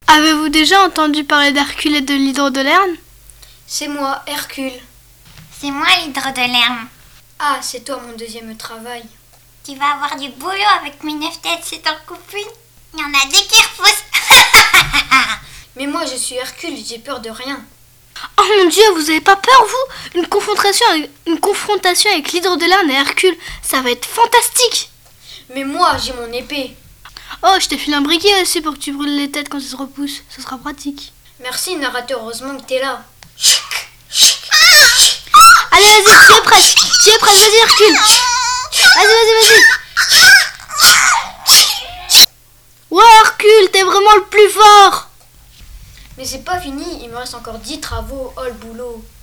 Avez-vous déjà entendu parler d'Hercule et de l'hydre de Lerne? C'est moi, Hercule. C'est moi l'hydre de Lerne. Ah, c'est toi mon deuxième travail. Tu vas avoir du boulot avec mes 9 têtes, c'est ton copain. Il y en a deux qui repoussent. Mais moi je suis Hercule, j'ai peur de rien. Oh mon Dieu, vous avez pas peur vous? Une confrontation avec l'hydre de Lerne et Hercule, ça va être fantastique. Mais moi j'ai mon épée. Oh, je t'ai filé un briquet aussi pour que tu brûles les têtes quand ils se repoussent, ce sera pratique. Merci narrateur, heureusement que t'es là. Allez, vas-y, tu es prête, vas-y Hercule. Vas-y. Ouais Hercule, t'es vraiment le plus fort. Mais c'est pas fini, il me reste encore 10 travaux, oh le boulot.